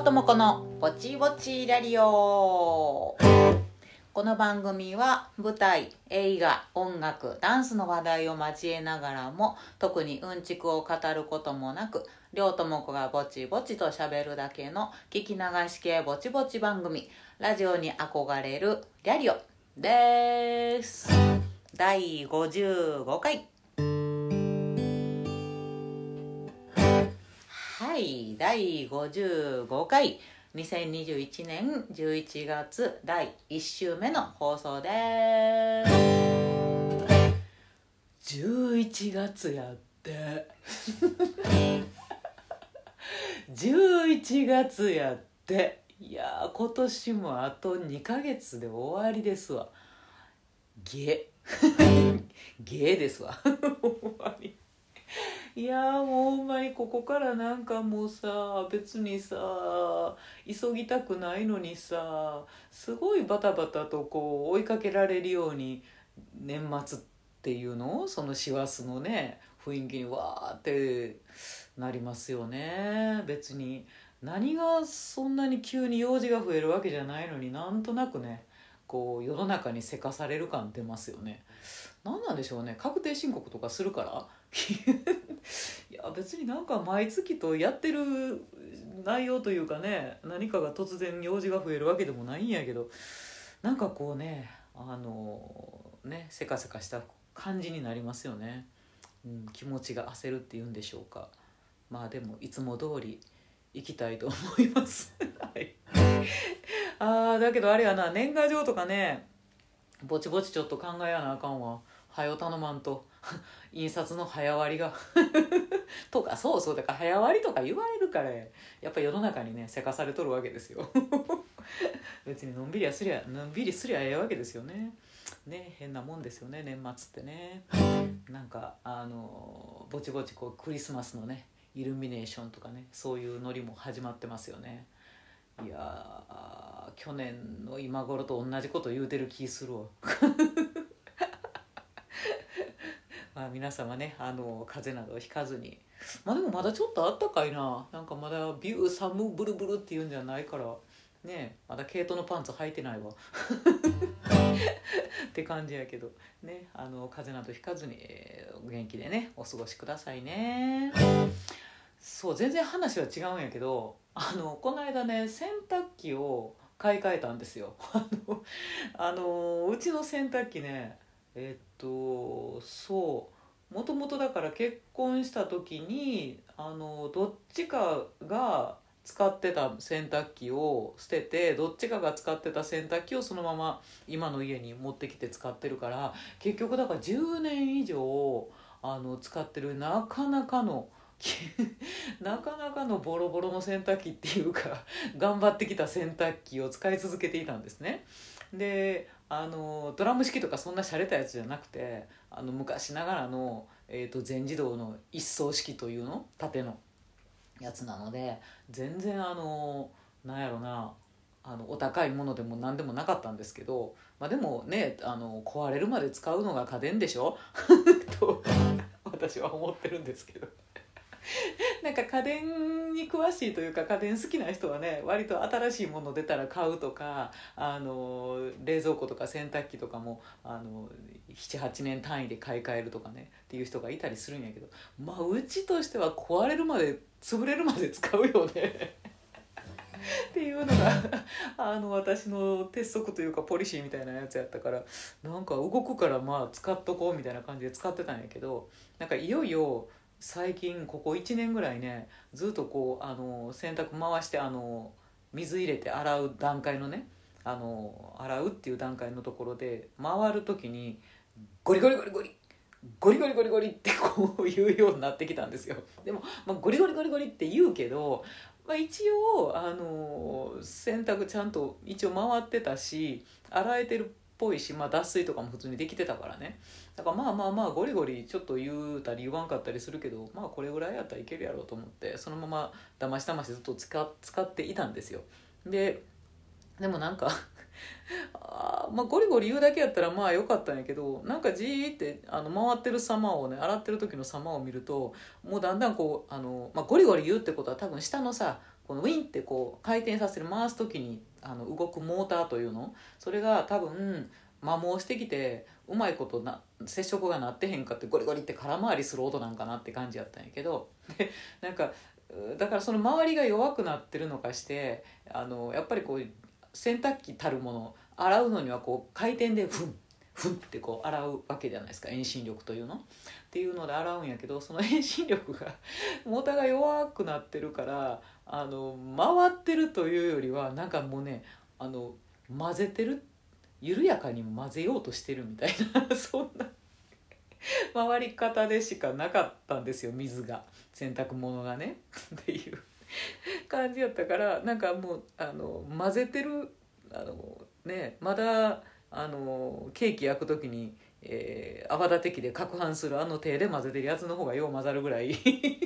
ともこのぼちぼちラリオ。この番組は舞台、映画、音楽、ダンスの話題を交えながらも特にうんちくを語ることもなく、りょうともこがぼちぼちと喋るだけの聞き流し系ぼちぼち番組、ラジオに憧れるラリオです。第55回。はい、第55回。2021年11月第1週目の放送です。11月やって11月やって、いや今年もあと2ヶ月で終わりですわ。ゲですわ終わり。いやもうほんまにここからなんかもうさ、別にさ急ぎたくないのにさ、すごいバタバタとこう追いかけられるように年末っていうの、その師走のね雰囲気にわーってなりますよね。別に何がそんなに急に用事が増えるわけじゃないのに、なんとなくねこう世の中にせかされる感出ますよね。何なんでしょうね。確定申告とかするからいや別になんか毎月とやってる内容というかね、何かが突然用事が増えるわけでもないんやけど、なんかこうねせかせかした感じになりますよね。気持ちが焦るっていうんでしょうか。まあでもいつも通り行きたいと思いますはいだけどあれやな、年賀状とかねぼちぼちちょっと考えやなあかんわ。はよ頼まんと印刷の早割りがとか、そうだから早割りとか言われるから、やっぱ世の中にねせかされとるわけですよ別にのんびりすりゃええわけですよね。変なもんですよね年末ってね。なんかぼちぼちこうクリスマスのねイルミネーションとかね、そういうノリも始まってますよね。いや去年の今頃と同じこと言うてる気するわまあ皆様ね風邪などひかずに、でもまだちょっとあったかいな。なんかまだビュー寒ブルブルっていうんじゃないからね、まだ毛糸のパンツ履いてないわって感じやけどね、風邪などひかずに、お元気でねお過ごしくださいね。そう全然話は違うんやけど、この間ね洗濯機を買い替えたんですようちの洗濯機ねそうもともとだから結婚した時にどっちかが使ってた洗濯機を捨てて、どっちかが使ってた洗濯機をそのまま今の家に持ってきて使ってるから、結局だから10年以上使ってるなかなかのなかなかのボロボロの洗濯機っていうか頑張ってきた洗濯機を使い続けていたんですね。でドラム式とかそんな洒落たやつじゃなくて、昔ながらの、全自動の一層式というの縦のやつなので、全然なんやろなお高いものでも何でもなかったんですけど、でもね壊れるまで使うのが家電でしょと私は思ってるんですけどなんか家電に詳しいというか家電好きな人はね、割と新しいもの出たら買うとか、冷蔵庫とか洗濯機とかも7,8年単位で買い替えるとかねっていう人がいたりするんやけど、うちとしては壊れるまで潰れるまで使うよねっていうのが私の鉄則というかポリシーみたいなやつやったから、なんか動くから使っとこうみたいな感じで使ってたんやけど、なんかいよいよ最近ここ1年ぐらいねずっとこう洗濯回して水入れて洗う段階のね洗うっていう段階のところで回る時にゴリゴリゴリゴリゴリゴリゴリゴリってこう言うようになってきたんですよ。でも、ゴリゴリゴリゴリって言うけど、一応洗濯ちゃんと一応回ってたし洗えてるっぽいし、脱水とかも普通にできてたからね。だからゴリゴリちょっと言うたり言わんかったりするけど、これぐらいやったらいけるやろうと思ってそのままだましだましずっと使っていたんですよ。でもなんかゴリゴリ言うだけやったら良かったんやけど、なんかじーって回ってる様をね、洗ってる時の様を見るともうだんだんこうゴリゴリ言うってことは多分下のさこのウィンってこう回転させる回す時に動くモーターというの、それが多分摩耗してきてうまいこと接触がなってへんかってゴリゴリって空回りする音なんかなって感じやったんやけど、でなんかだからその周りが弱くなってるのかしてやっぱりこう洗濯機たるもの洗うのにはこう回転でフンフンってこう洗うわけじゃないですか、遠心力というのっていうので洗うんやけど、その遠心力がモーターが弱くなってるから回ってるというよりはなんかもうね混ぜてる、緩やかに混ぜようとしてるみたいなそんな回り方でしかなかったんですよ、水が、洗濯物がねっていう感じやったから、なんかもう混ぜてるまだケーキ焼く時に、泡立て器で攪拌する手で混ぜてるやつの方がよう混ざるぐらい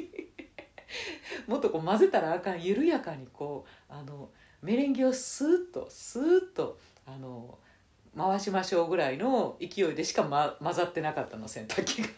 もっとこう混ぜたらあかん、緩やかにこうメレンゲをスーッとスーッと回しましょうぐらいの勢いでしか、混ざってなかったの、洗濯機が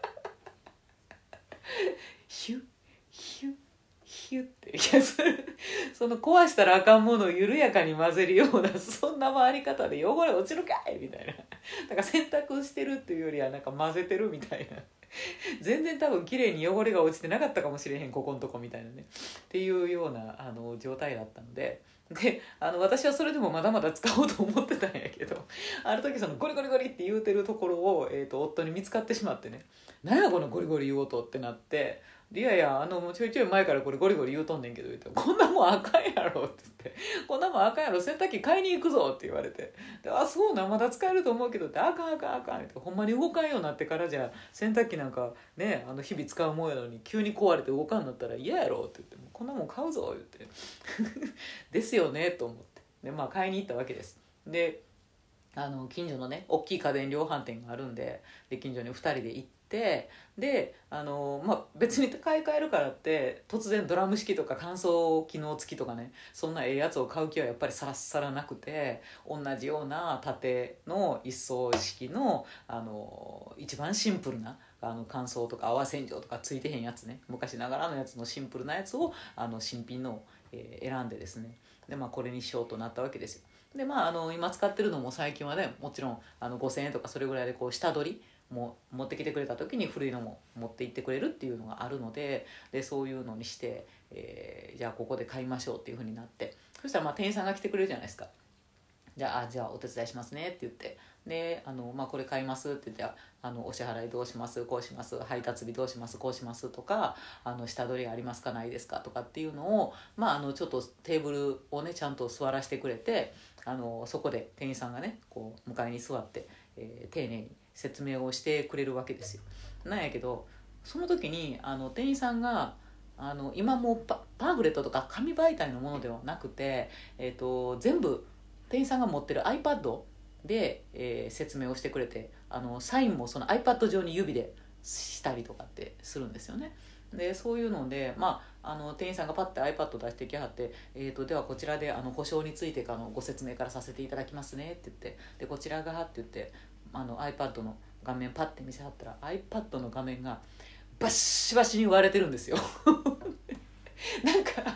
ヒュッヒュッヒュッってその壊したらあかんものを緩やかに混ぜるような、そんな回り方で汚れ落ちるかいみたいな、だから洗濯してるっていうよりはなんか混ぜてるみたいな、全然多分綺麗に汚れが落ちてなかったかもしれへん、ここんとこみたいなねっていうような状態だったので、私はそれでもまだまだ使おうと思ってたんやけど、ある時そのゴリゴリゴリって言うてるところを、夫に見つかってしまってね、何やこのゴリゴリ言おうとってなって、いやいやもうちょいちょい前からこれゴリゴリ言うとんねんけど、言ってこんなもんあかんやろって言って、こんなもんあかんやろ、洗濯機買いに行くぞって言われて、でそうなんまだ使えると思うけどって、あかんあかんあかんって、ほんまに動かんようになってからじゃ洗濯機なんかね日々使うもんやのに急に壊れて動かんなったら嫌やろって言って、もうこんなもん買うぞ言ってですよねと思って、で買いに行ったわけです。で近所のね大きい家電量販店があるんで、近所に2人で行って、で別に買い替えるからって突然ドラム式とか乾燥機能付きとかね、そんなええやつを買う気はやっぱりさらさらなくて、同じような縦の一層式の一番シンプルな乾燥とか泡洗浄とかついてへんやつね、昔ながらのやつのシンプルなやつを新品のを選んでですね、でこれにしようとなったわけですよ。で今使ってるのも最近はね、もちろん5,000円とかそれぐらいでこう下取りも持ってきてくれた時に古いのも持って行ってくれるっていうのがあるので、そういうのにして、じゃあここで買いましょうっていう風になって、そしたら店員さんが来てくれるじゃないですか。じゃあお手伝いしますねって言って、でこれ買いますって言って、お支払いどうします、こうします、配達日どうします、こうしますとか、下取りありますかないですかとかっていうのを、ちょっとテーブルをねちゃんと座らせてくれて、そこで店員さんがねこう向かいに座って、丁寧に説明をしてくれるわけですよ。なんやけどその時に店員さんが今もうパンフレットとか紙媒体のものではなくて、全部店員さんが持ってる iPad で、説明をしてくれて、サインもその iPad 上に指でしたりとかってするんですよね。でそういうので、店員さんがパッて iPad 出してきはって、ではこちらで保証についてご説明からさせていただきますねって言って、でこちらがって言ってiPad の画面パッて見せはったら、 iPad の画面がバッシバシに割れてるんですよなんか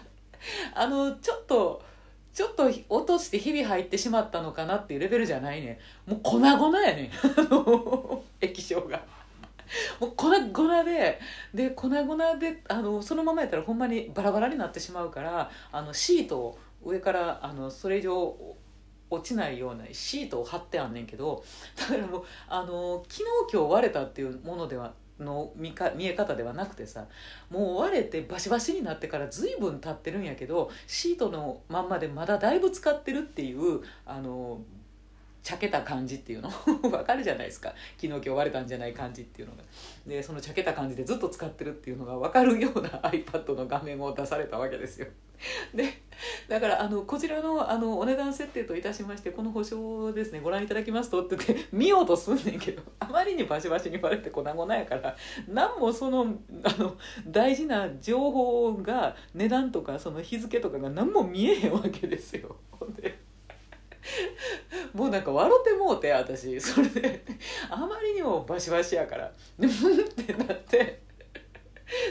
ちょっと落としてひび入ってしまったのかなっていうレベルじゃないね、もう粉々やね液晶がもう粉々で粉々でそのままやったらほんまにバラバラになってしまうから、シートを上からそれ以上落ちないようなシートを貼ってあんねんけど、だからもう昨日今日割れたっていうものでは見え方ではなくてさ、もう割れてバシバシになってから随分経ってるんやけど、シートのまんまでまだだいぶ使ってるっていうちゃけた感じっていうのわかるじゃないですか、昨日今日割れたんじゃない感じっていうのが、でそのちゃけた感じでずっと使ってるっていうのが分かるような iPad の画面を出されたわけですよ。でだからこちらのお値段設定といたしまして、この保証ですねご覧いただきますとって言って見ようとすんねんけど、あまりにバシバシに割れて粉々やから何もその大事な情報が値段とかその日付とかが何も見えへんわけですよ。でもうなんか笑ってもうて、私それであまりにもバシバシやからでもってなって、それでも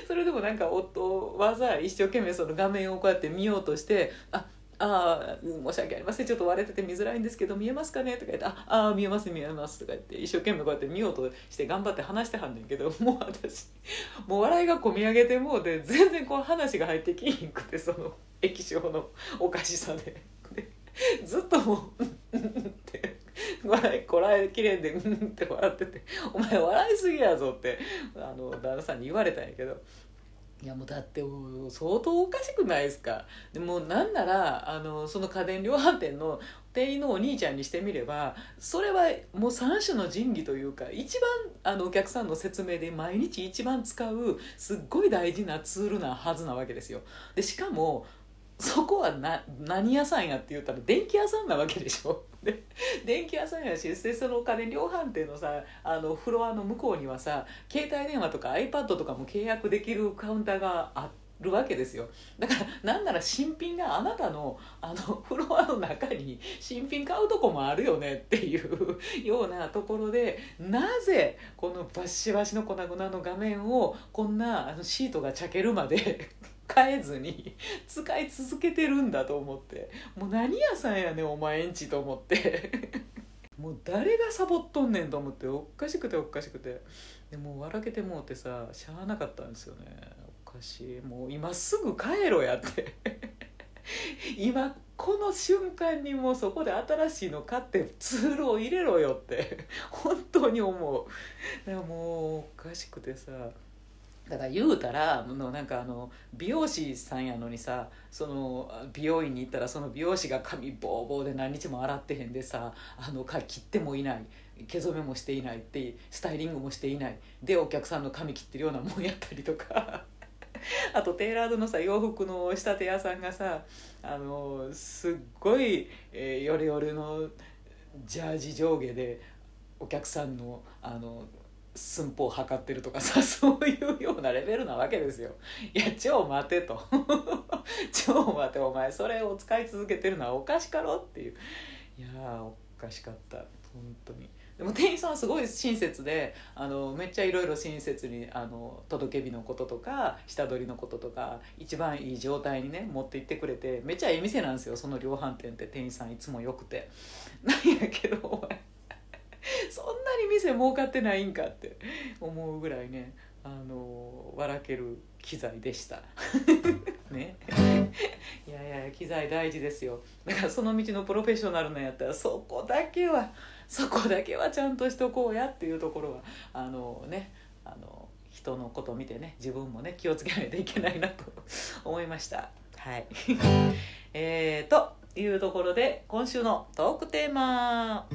なんか夫はさ一生懸命その画面をこうやって見ようとして「申し訳ありませんちょっと割れてて見づらいんですけど見えますかね?」とか言って見えます見えます」とか言って一生懸命こうやって見ようとして頑張って話してはんねんけど、もう私もう笑いがこみ上げてもうで全然こう話が入ってきひんくて、その液晶のおかしさでずっともうって笑いこらえきれんでって笑ってて「お前笑いすぎやぞ」って旦那さんに言われたんやけど、いやもうだってもう相当おかしくないですか。でもなんならその家電量販店の店員のお兄ちゃんにしてみればそれはもう三種の神器というか、一番お客さんの説明で毎日一番使うすっごい大事なツールなはずなわけですよ。でしかもそこは何屋さんやって言ったら電気屋さんなわけでしょ。で電気屋さんやし、その家電量販店のさフロアの向こうにはさ携帯電話とか iPad とかも契約できるカウンターがあるわけですよ。だからなんなら新品があなたのフロアの中に新品買うとこもあるよねっていうようなところで、なぜこのバッシバシの粉々の画面をこんなシートが茶けるまで変えずに使い続けてるんだと思って、もう何屋さんやねんお前んちと思ってもう誰がサボっとんねんと思って、おかしくておかしくて、でもう笑けてもうてさしゃあなかったんですよね。おかしい、もう今すぐ帰ろやって今この瞬間にもうそこで新しいの買ってツールを入れろよって本当に思う。だからもうおかしくてさ、だから言うたらなんか美容師さんやのにさ、その美容院に行ったらその美容師が髪ボーボーで何日も洗ってへんでさ切ってもいない、毛染めもしていないってスタイリングもしていないでお客さんの髪切ってるようなもんやったりとかあとテーラードのさ洋服の仕立て屋さんがさすっごい、ヨレヨレのジャージ上下でお客さんの寸法を測ってるとかさ、そういうようなレベルなわけですよ。いや超待てと超待て、お前それを使い続けてるのはおかしかろっていう。いやおかしかった本当に。でも店員さんはすごい親切でめっちゃいろいろ親切に届け日のこととか下取りのこととか一番いい状態にね持って行ってくれて、めっちゃいい店なんですよその量販店って。店員さんいつもよくてなんやけどお前そんなに店儲かってないんかって思うぐらいね笑ける機材でしたねいやいや機材大事ですよ。だからその道のプロフェッショナルなんやったらそこだけはちゃんとしとこうやっていうところは人のことを見てね自分もね気をつけないといけないなと思いました。はいというところで今週のトークテーマ、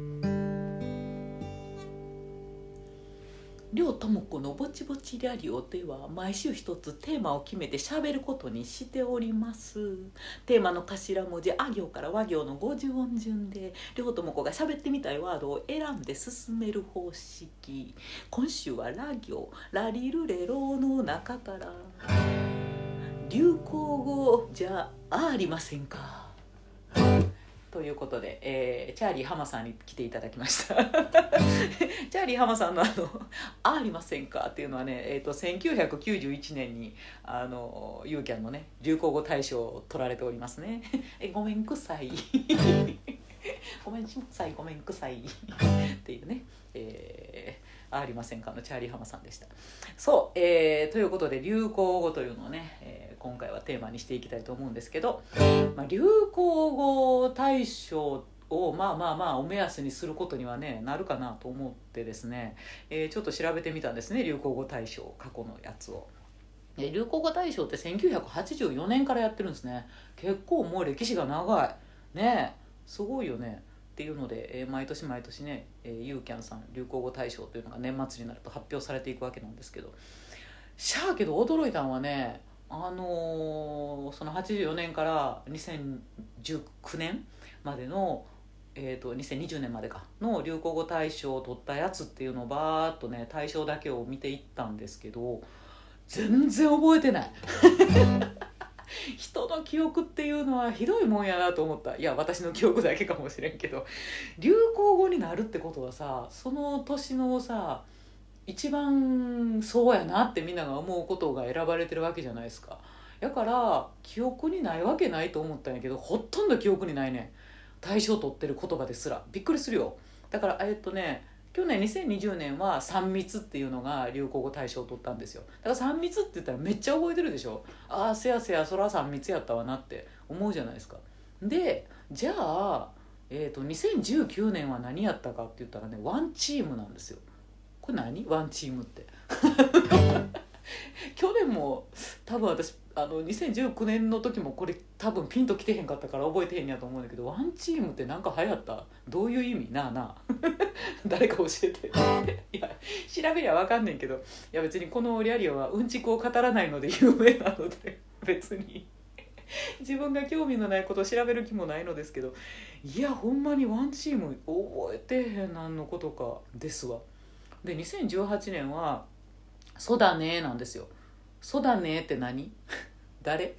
両友子のぼちぼちラリオでは毎週一つテーマを決めて喋ることにしております。テーマの頭文字あ行から和行の50音順で両友子が喋ってみたいワードを選んで進める方式。今週はラ行ラリルレロの中から流行語じゃありませんかということで、チャーリー浜さんに来ていただきましたチャーリー浜さんのありませんかっていうのはね、1991年にユーキャンのね流行語大賞を取られておりますねごめんくさいごめんくさいっていうね、ありませんかのチャーリー浜さんでした。そう、ということで流行語というのをね、今回はテーマにしていきたいと思うんですけど、流行語大賞をまあお目安にすることにはねなるかなと思ってですね、ちょっと調べてみたんですね流行語大賞過去のやつを。流行語大賞って1984年からやってるんですね。結構もう歴史が長いね、すごいよねっていうので、毎年ね、ユーキャンさん流行語大賞というのが年末になると発表されていくわけなんですけど、しゃあけど驚いたのはねその84年から2019年までの、2020年までかの流行語大賞を取ったやつっていうのをバーッとね大賞だけを見ていったんですけど全然覚えてない人の記憶っていうのはひどいもんやなと思った。いや私の記憶だけかもしれんけど、流行語になるってことはさその年のさ一番そうやなってみんなが思うことが選ばれてるわけじゃないですか。だから記憶にないわけないと思ったんやけど、ほとんど記憶にないねん。大賞取ってる言葉ですらびっくりするよ。だから去年2020年は3密っていうのが流行語大賞を取ったんですよ。だから3密って言ったらめっちゃ覚えてるでしょ。ああせやせやそら3密やったわなって思うじゃないですか。でじゃあ、2019年は何やったかって言ったらね、ワンチームなんですよ。これ何ワンチームって去年も多分私2019年の時もこれ多分ピンときてへんかったから覚えてへんやと思うんだけど、ワンチームって何か流行った？どういう意味？なあなあ誰か教えていや調べりゃ分かんねんけど、いや別にこのリャリオはうんちくを語らないので有名なので別に自分が興味のないことを調べる気もないのですけど、いやほんまにワンチーム覚えてへんなんのことかですわ。で2018年はそうだねなんですよ。そうだねって何誰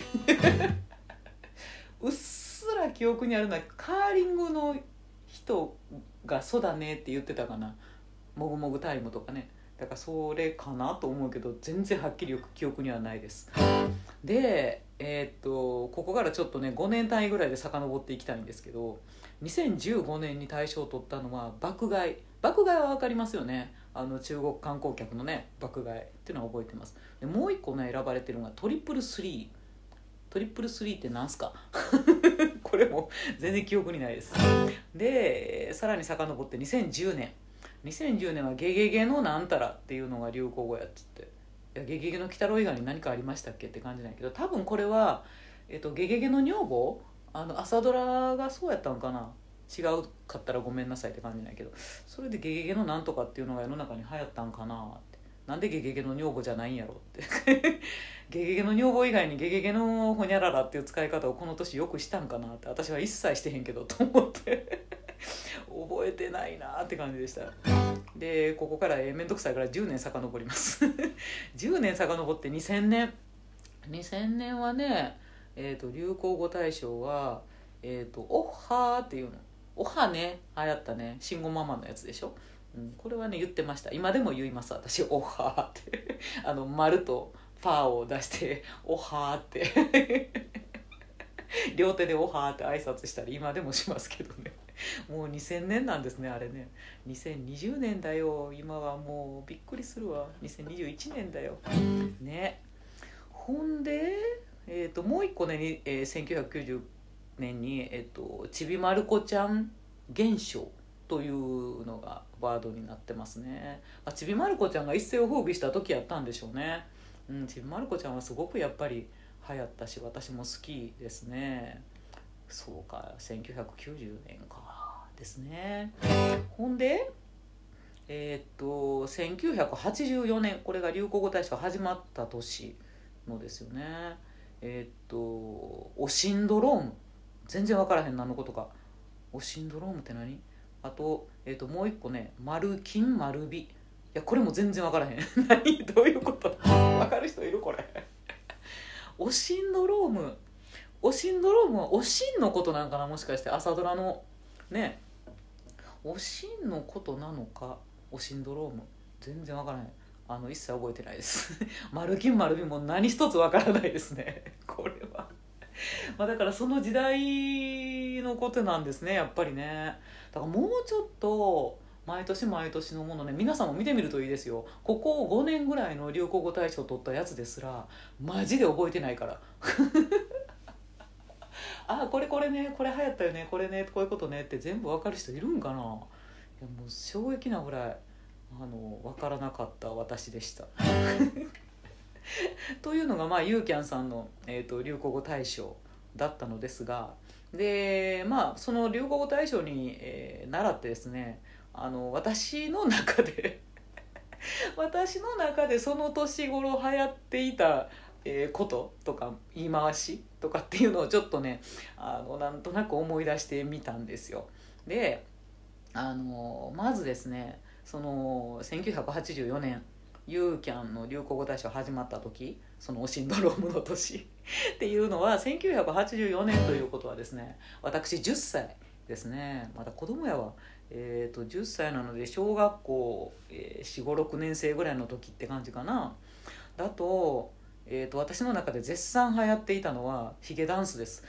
うっすら記憶にあるのはカーリングの人がそうだねって言ってたかな。もぐもぐタイムとかね。だからそれかなと思うけど全然はっきりよく記憶にはないです。でここからちょっとね5年単位ぐらいで遡っていきたいんですけど、2015年に大賞を取ったのは爆買い。爆買いは分かりますよね。中国観光客のね爆買いっていうのは覚えてます。でもう一個ね選ばれてるのがトリプルスリー。トリプルスリーってなんすかこれも全然記憶にないです。でさらに遡って2010年。2010年はゲゲゲのなんたらっていうのが流行語やっつって、いやゲゲゲの鬼太郎以外に何かありましたっけって感じなんやけど、多分これは、ゲゲゲの女房朝ドラがそうやったんかな。違うかったらごめんなさいって感じなんやけど、それでゲゲゲのなんとかっていうのが世の中に流行ったんかなって。なんでゲゲゲの女房じゃないんやろってゲゲゲの女房以外にゲゲゲのホニャララっていう使い方をこの年よくしたんかなって、私は一切してへんけどと思って覚えてないなって感じでした。でここからめんどくさいから10年遡ります10年遡って2000年はね、流行語大賞はオッハーっていうの。オハね流行ったね、慎吾ママのやつでしょ。これはね言ってました。今でも言います私、オッハーって丸とパーを出してオッハーって両手でオハーって挨拶したり今でもしますけどね。もう2000年なんですねあれね。2020年だよ今は。もうびっくりするわ。2021年だよね。ほんで、もう一個ね、1990年に、ちびまる子ちゃん現象というのがワードになってますね。ちびまる子ちゃんが一世を風靡した時やったんでしょうね。ちびまる子ちゃんはすごくやっぱり流行ったし私も好きですね。そうか1990年かですね。ほんで1984年、これが流行語大賞始まった年のですよね。オシンドローム、全然分からへん何のことか。オシンドロームって何？あと、もう一個ね、マルキンマルビ。いやこれも全然分からへん何どういうこと分かる人いるこれオシンドローム。オシンドロームはおしんのことなんかな、もしかして朝ドラのねおしんのことなのか。オシンドローム全然分からへん。一切覚えてないですマルキンマルビも何一つ分からないですねこれはだからその時代のことなんですねやっぱりね。だからもうちょっと毎年毎年のものね、皆さんも見てみるといいですよ。ここ5年ぐらいの流行語大賞を取ったやつですらマジで覚えてないからあこれねこれ流行ったよねこれねこういうことねって全部分かる人いるんかな。いやもう衝撃なぐらい分からなかった私でしたというのがユーキャンさんの、流行語大賞だったのですが、でその流行語大賞に、習ってですね、私の中でその年頃流行っていた、こととか言い回しとかっていうのをちょっとねなんとなく思い出してみたんですよ。でまずですね、その1984年ユーキャンの流行語大賞始まった時、そのオシンドロームの年っていうのは1984年ということはですね、私10歳ですね。まだ子供やわ。 10歳なので小学校、4、5、6年生ぐらいの時って感じかな。だと、私の中で絶賛流行っていたのはヒゲダンスです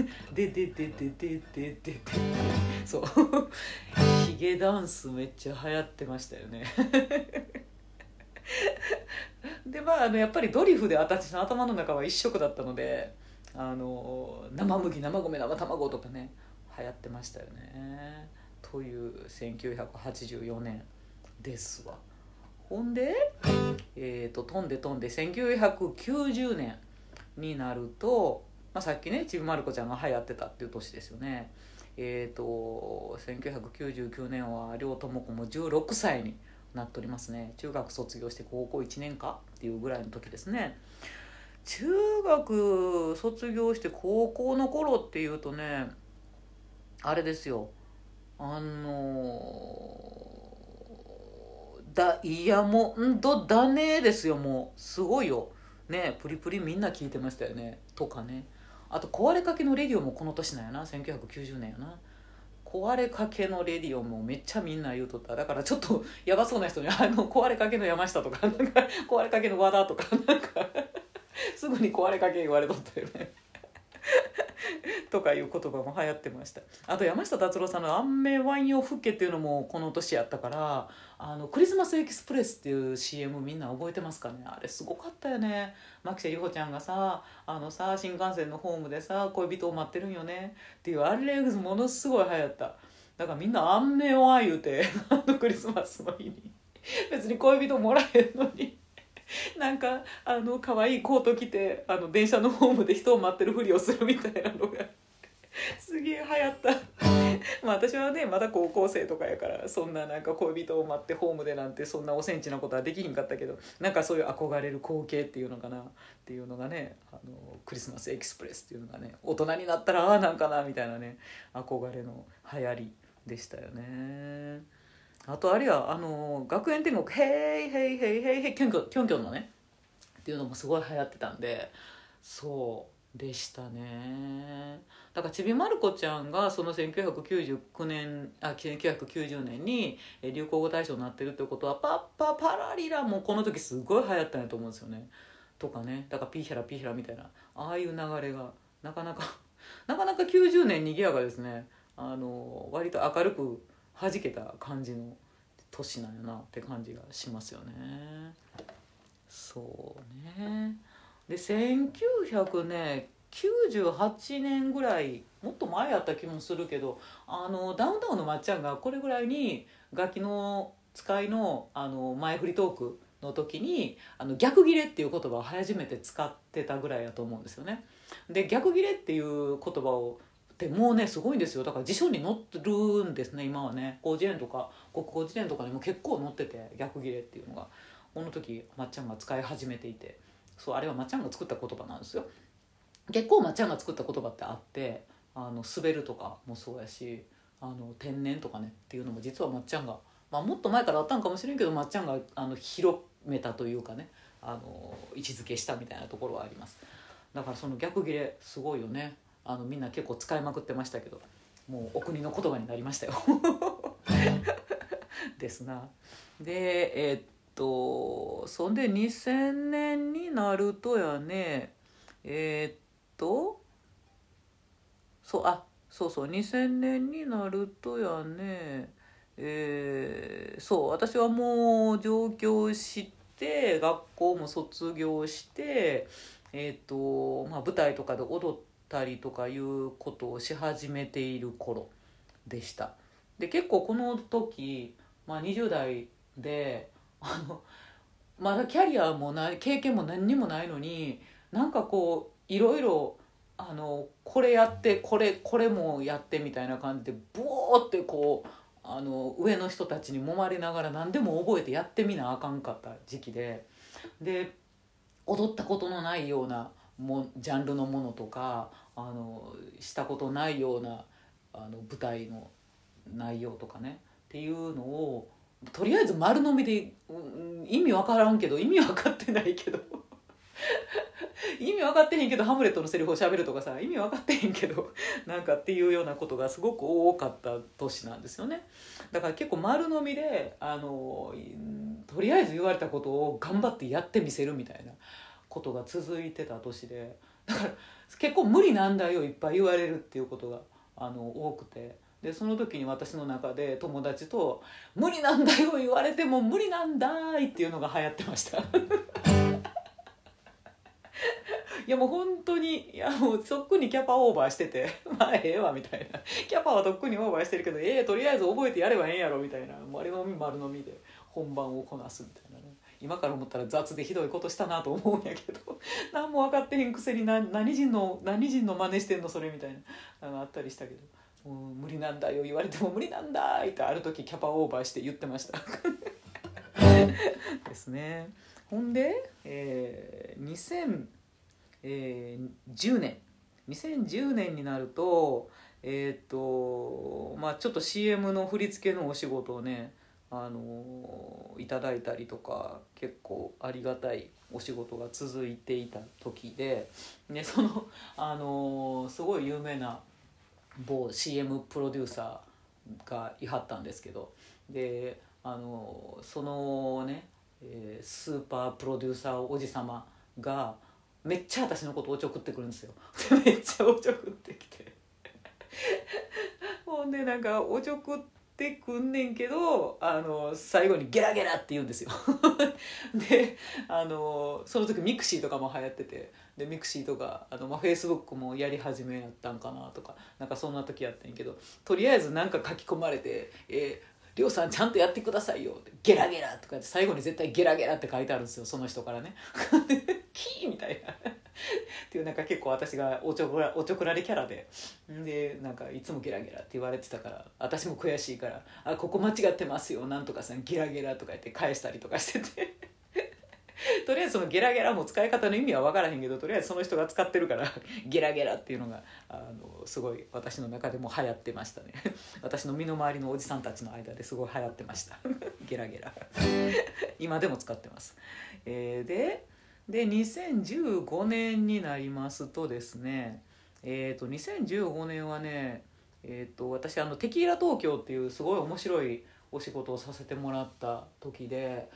でそうヒゲダンスめっちゃ流行ってましたよねでやっぱりドリフで私の頭の中は一色だったので生麦生米生卵とかね流行ってましたよねという1984年ですわ。ほんで、飛んで1990年になると、さっきねちびまる子ちゃんが流行ってたっていう年ですよね。1999年は両友子も16歳になっておりますね。中学卒業して高校1年かっていうぐらいの時ですね。中学卒業して高校の頃っていうとねあれですよ、いやもうんとだねですよ。もうすごいよね。プリプリみんな聞いてましたよねとかね。あと壊れかけのレディオもこの年なんやな、1990年やな。壊れかけのレディオもめっちゃみんな言うとった。だからちょっとヤバそうな人に壊れかけの山下とかなんか壊れかけの和田とかなんかすぐに壊れかけ言われとったよねとかいう言葉も流行ってました。あと山下達郎さんの「アンメワインをふっけ」っていうのもこの年やったから、クリスマスエキスプレスっていう CM みんな覚えてますかね。あれすごかったよね。牧瀬里穂ちゃんがさ新幹線のホームでさ恋人を待ってるんよねっていうあれものすごい流行った。だからみんな「アンメワイン」言うてクリスマスの日に別に恋人もらえんのになんか可愛いコート着て電車のホームで人を待ってるふりをするみたいなのがすげえ流行った私はねまだ高校生とかやからそんななんか恋人を待ってホームでなんてそんなおセンチなことはできひんかったけど、なんかそういう憧れる光景っていうのかなっていうのがねクリスマスエキスプレスっていうのがね大人になったらなんかなみたいなね憧れの流行りでしたよね。あとあれや学園天国ヘイヘイヘイヘイヘイキョンキョンキョンキョンのねっていうのもすごい流行ってたんで、そうでしたね。だからちびまる子ちゃんがその1990年に流行語大賞になってるってことはパッパパラリラもこの時すごい流行ったんやと思うんですよね。とかね、だからピーヒャラピーヒャラみたいなああいう流れがなかなか90年にぎやかですね。割と明るく弾けた感じの年なんやなって感じがしますよね。そうね。で1998年ぐらいもっと前やった気もするけどダウンタウンのまっちゃんがこれぐらいにガキの使いの前振りトークの時に逆ギレっていう言葉を初めて使ってたぐらいやと思うんですよね。で逆ギレっていう言葉をでもうねすごいんですよ。だから辞書に載ってるんですね今はね。広辞苑とか国語辞典とかにも結構載ってて逆ギレっていうのがこの時まっちゃんが使い始めていて、そうあれはまっちゃんが作った言葉なんですよ。結構まっちゃんが作った言葉ってあって滑るとかもそうやし天然とかねっていうのも実はまっちゃんが、もっと前からあったんかもしれんけどまっちゃんが広めたというかね位置づけしたみたいなところはあります。だからその逆ギレすごいよね。みんな結構使いまくってましたけどもうお国の言葉になりましたよですな。でそんで2000年になるとやねそう2000年になるとやねそう私はもう上京して学校も卒業して舞台とかで踊ったりとかいうことをし始めている頃でした。で結構この時、20代でまだキャリアもない経験も何にもないのになんかこういろいろこれやってこれもやってみたいな感じでボーってこう上の人たちに揉まれながら何でも覚えてやってみなあかんかった時期で踊ったことのないようなジャンルのものとかしたことないような舞台の内容とかねっていうのをとりあえず丸飲みで、意味わからんけど意味わかってないけど意味分かってへんけどハムレットのセリフを喋るとかさ、意味分かってへんけどなんかっていうようなことがすごく多かった年なんですよね。だから結構丸飲みでとりあえず言われたことを頑張ってやってみせるみたいなことが続いてた年で、だから結構無理難題をいっぱい言われるっていうことが多くて、でその時に私の中で友達と無理難題を言われても無理なんだいっていうのが流行ってましたいやもう本当に、いやもうとっくにキャパオーバーしててまあええわみたいな、キャパはとっくにオーバーしてるけどとりあえず覚えてやればええんやろみたいな、丸飲み丸飲みで本番をこなすみたいなね。今から思ったら雑でひどいことしたなと思うんやけど何も分かってへんくせに何人の真似してんのそれみたいなあったりしたけど、もう無理なんだよ言われても無理なんだってある時キャパオーバーして言ってましたですね。ほんで、2010年2010年になるとまあちょっと CM の振り付けのお仕事をねいただいたりとか、結構ありがたいお仕事が続いていた時で、ね、すごい有名な某 CM プロデューサーがいはったんですけど、でそのね、スーパープロデューサーおじさまがめっちゃ私のことおちょくってくるんですよめっちゃおちょくってきてほんでなんかおちょくってくんねんけど最後にゲラゲラって言うんですよでその時ミクシーとかも流行ってて、でミクシーとかフェイスブックもやり始めやったんかなとか、なんかそんな時やってんけど、とりあえずなんか書き込まれてりょうさんちゃんとやってくださいよってゲラゲラとかって最後に絶対ゲラゲラって書いてあるんですよ、その人からねキーみたいなっていう、なんか結構私がおちょくられキャラでなんかいつもゲラゲラって言われてたから、私も悔しいからここ間違ってますよなんとかさんゲラゲラとか言って返したりとかしててとりあえずそのゲラゲラも使い方の意味は分からへんけど、とりあえずその人が使ってるからゲラゲラっていうのがすごい私の中でも流行ってましたね私の身の回りのおじさんたちの間ですごい流行ってましたゲラゲラ今でも使ってます。で2015年になりますとですね、2015年はね、私テキーラ東京っていうすごい面白いお仕事をさせてもらった時で、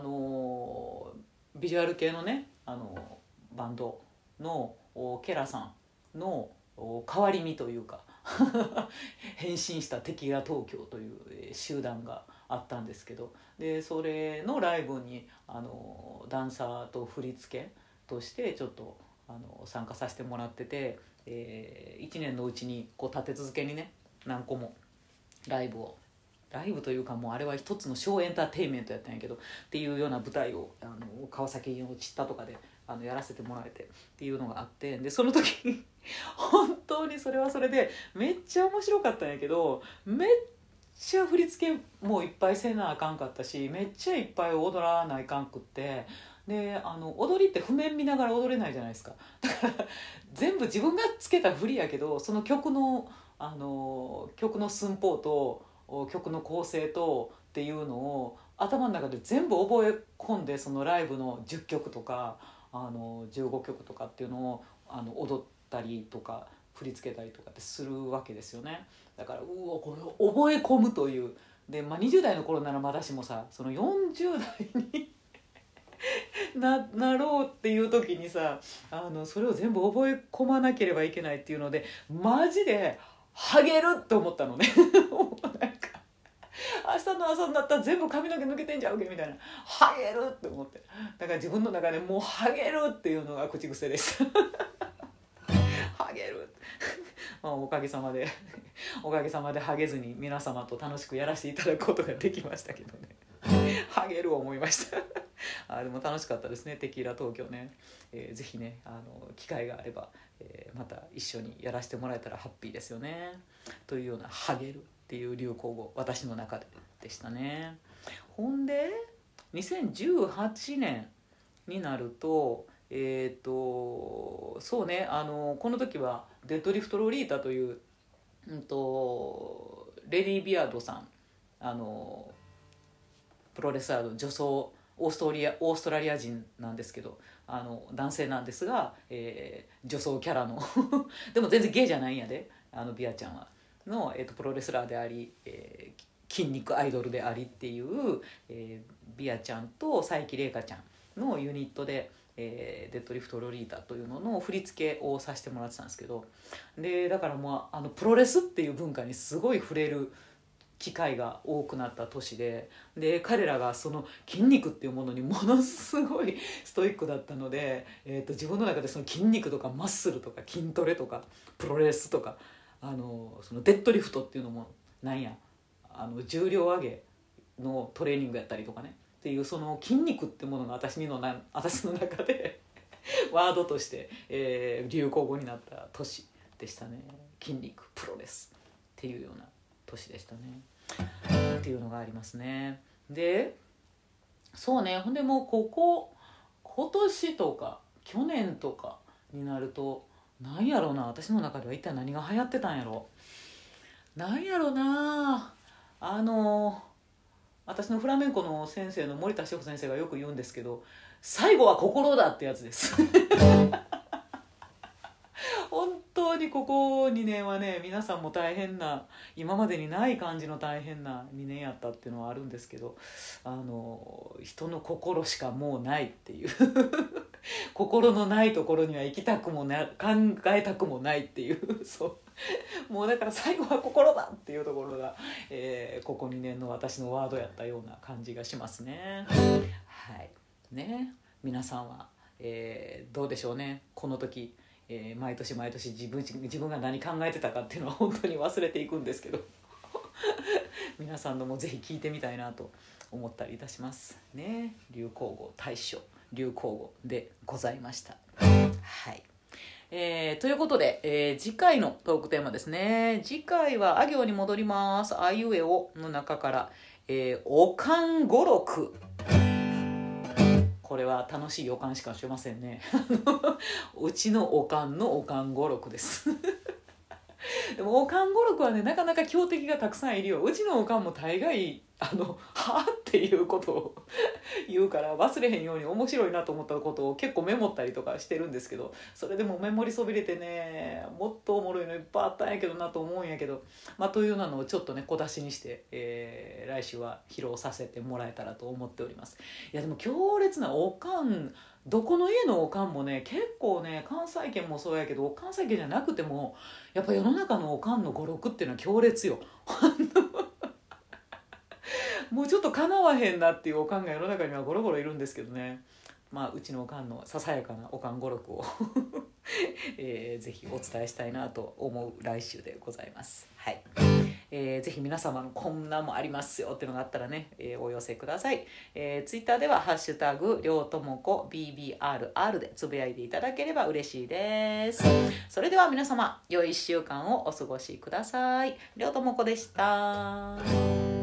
ビジュアル系のねバンドのケラさんの代わりにというか変身したテキーラ東京という集団があったんですけど、でそれのライブにダンサーと振り付けとしてちょっと参加させてもらってて、1年のうちにこう立て続けにね何個もライブというか、もうあれは一つのショーエンターテインメントやったんやけどっていうような舞台を川崎のチッタとかでやらせてもらえてっていうのがあって、でその時に本当にそれはそれでめっちゃ面白かったんやけど、めっちゃ振り付けもいっぱいせなあかんかったし、めっちゃいっぱい踊らないかんくって、で踊りって譜面見ながら踊れないじゃないですか。だから全部自分がつけた振りやけど、その曲の寸法と曲の構成とっていうのを頭の中で全部覚え込んで、そのライブの10曲とか15曲とかっていうのを踊ったりとか振り付けたりとかってするわけですよね。だからこれを覚え込むというで、20代の頃ならまだしもさ、その40代になろうっていう時にさそれを全部覚え込まなければいけないっていうので、マジでハゲるって思ったのねなんか明日の朝になったら全部髪の毛抜けてんじゃんけみたいな、ハゲるって思って、だから自分の中でもうハゲるっていうのが口癖ですハゲるまあおかげさまでハゲずに皆様と楽しくやらせていただくことができましたけどねハゲる思いましたでも楽しかったですね、テキーラ東京ね。ぜひね機会があれば、また一緒にやらせてもらえたらハッピーですよねというようなハゲるっていう流行語、私の中でしたね。ほんで2018年になるとそうねこの時はデッドリフトロリータという、レディ・ビアードさんプロレスラーの女装オーストラリア人なんですけど、 男性なんですが、女装キャラのでも全然ゲイじゃないんやで、ビアちゃんはの、プロレスラーであり、筋肉アイドルでありっていう、ビアちゃんと佐伯玲香ちゃんのユニットで、デッドリフトロリータというのの振り付けをさせてもらってたんですけど、でだからもうプロレスっていう文化にすごい触れる機会が多くなった年で、彼らがその筋肉っていうものにものすごいストイックだったので、自分の中でその筋肉とかマッスルとか筋トレとかプロレスとかそのデッドリフトっていうのもなんや重量上げのトレーニングやったりとかねっていう、その筋肉ってものが私の中でワードとして、流行語になった年でしたね。筋肉プロレスっていうような年でしたねっていうのがありますね。でそうね、ほんでもう今年とか去年とかになるとなんやろうな、私の中では一体何が流行ってたんやろ、なんやろうな、私のフラメンコの先生の森田志保先生がよく言うんですけど、最後は心だってやつです本当にここ2年はね、皆さんも大変な、今までにない感じの大変な2年やったっていうのはあるんですけど、人の心しかもうないっていう心のないところには行きたくもな考えたくもないっていうそうもうだから最後は心だっていうところが、ここ2年の私のワードやったような感じがしますね。はいね、皆さんは、どうでしょうね、この時、毎年毎年自分が何考えてたかっていうのは本当に忘れていくんですけど皆さんのもぜひ聞いてみたいなと思ったりいたしますね。流行語大賞流行語でございました。はい、ということで、次回のトークテーマですね。次回はあ行に戻ります。あいうえおの中から、おかん語録、これは楽しい予感しかしませんねうちのおかんのおかん語録ですでもおかん語録はね、なかなか強敵がたくさんいるよ。うちのおかんも大概はっていうことを言うから忘れへんように面白いなと思ったことを結構メモったりとかしてるんですけど、それでもメモりそびれてね、もっとおもろいのいっぱいあったんやけどなと思うんやけど、というのをちょっとね小出しにして、来週は披露させてもらえたらと思っております。いやでも強烈なおかん、どこの家のおかんもね結構ね、関西圏もそうやけど関西圏じゃなくてもやっぱ世の中のおかんの語録っていうのは強烈よもうちょっとかなわへんなっていうおかんが世の中にはゴロゴロいるんですけどね。うちのおかんのささやかなおかん語録をぜひお伝えしたいなと思う来週でございます。はい、ぜひ皆様のこんなもありますよっていうのがあったらね、お寄せください。ツイッターではハッシュタグりょうともこ BBRR でつぶやいていただければ嬉しいです。それでは皆様良い1週間をお過ごしください。りょうともこでした。